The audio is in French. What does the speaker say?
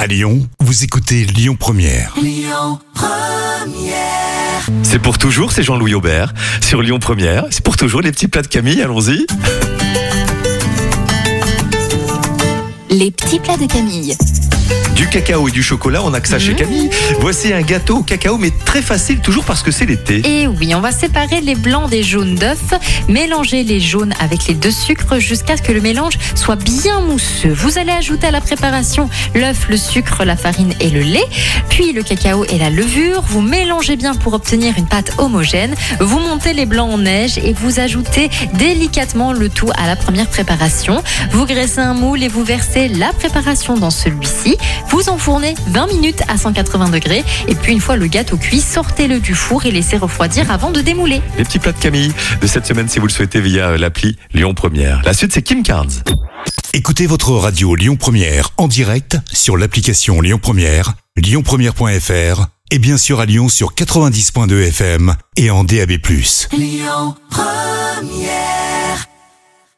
À Lyon, vous écoutez Lyon Première. Lyon Première. C'est pour toujours, c'est Jean-Louis Aubert. Sur Lyon Première, c'est pour toujours les petits plats de Camille, allons-y. Les petits plats de Camille. Du cacao et du chocolat, on a que ça chez Camille. Voici un gâteau au cacao, mais très facile, toujours parce que c'est l'été. Et oui, on va séparer les blancs des jaunes d'œufs, mélanger les jaunes avec les deux sucres jusqu'à ce que le mélange soit bien mousseux. Vous allez ajouter à la préparation l'œuf, le sucre, la farine et le lait, puis le cacao et la levure. Vous mélangez bien pour obtenir une pâte homogène. Vous montez les blancs en neige et vous ajoutez délicatement le tout à la première préparation. Vous graissez un moule et vous versez la préparation dans celui-ci. Vous enfournez 20 minutes à 180 degrés et puis une fois le gâteau cuit, sortez-le du four et laissez refroidir avant de démouler. Les petits plats de Camille de cette semaine, si vous le souhaitez, via l'appli Lyon Première. La suite, c'est Kim Carnes. Écoutez votre radio Lyon Première en direct sur l'application Lyon Première, lyonpremière.fr et bien sûr à Lyon sur 90.2 FM et en DAB+. Lyon Première.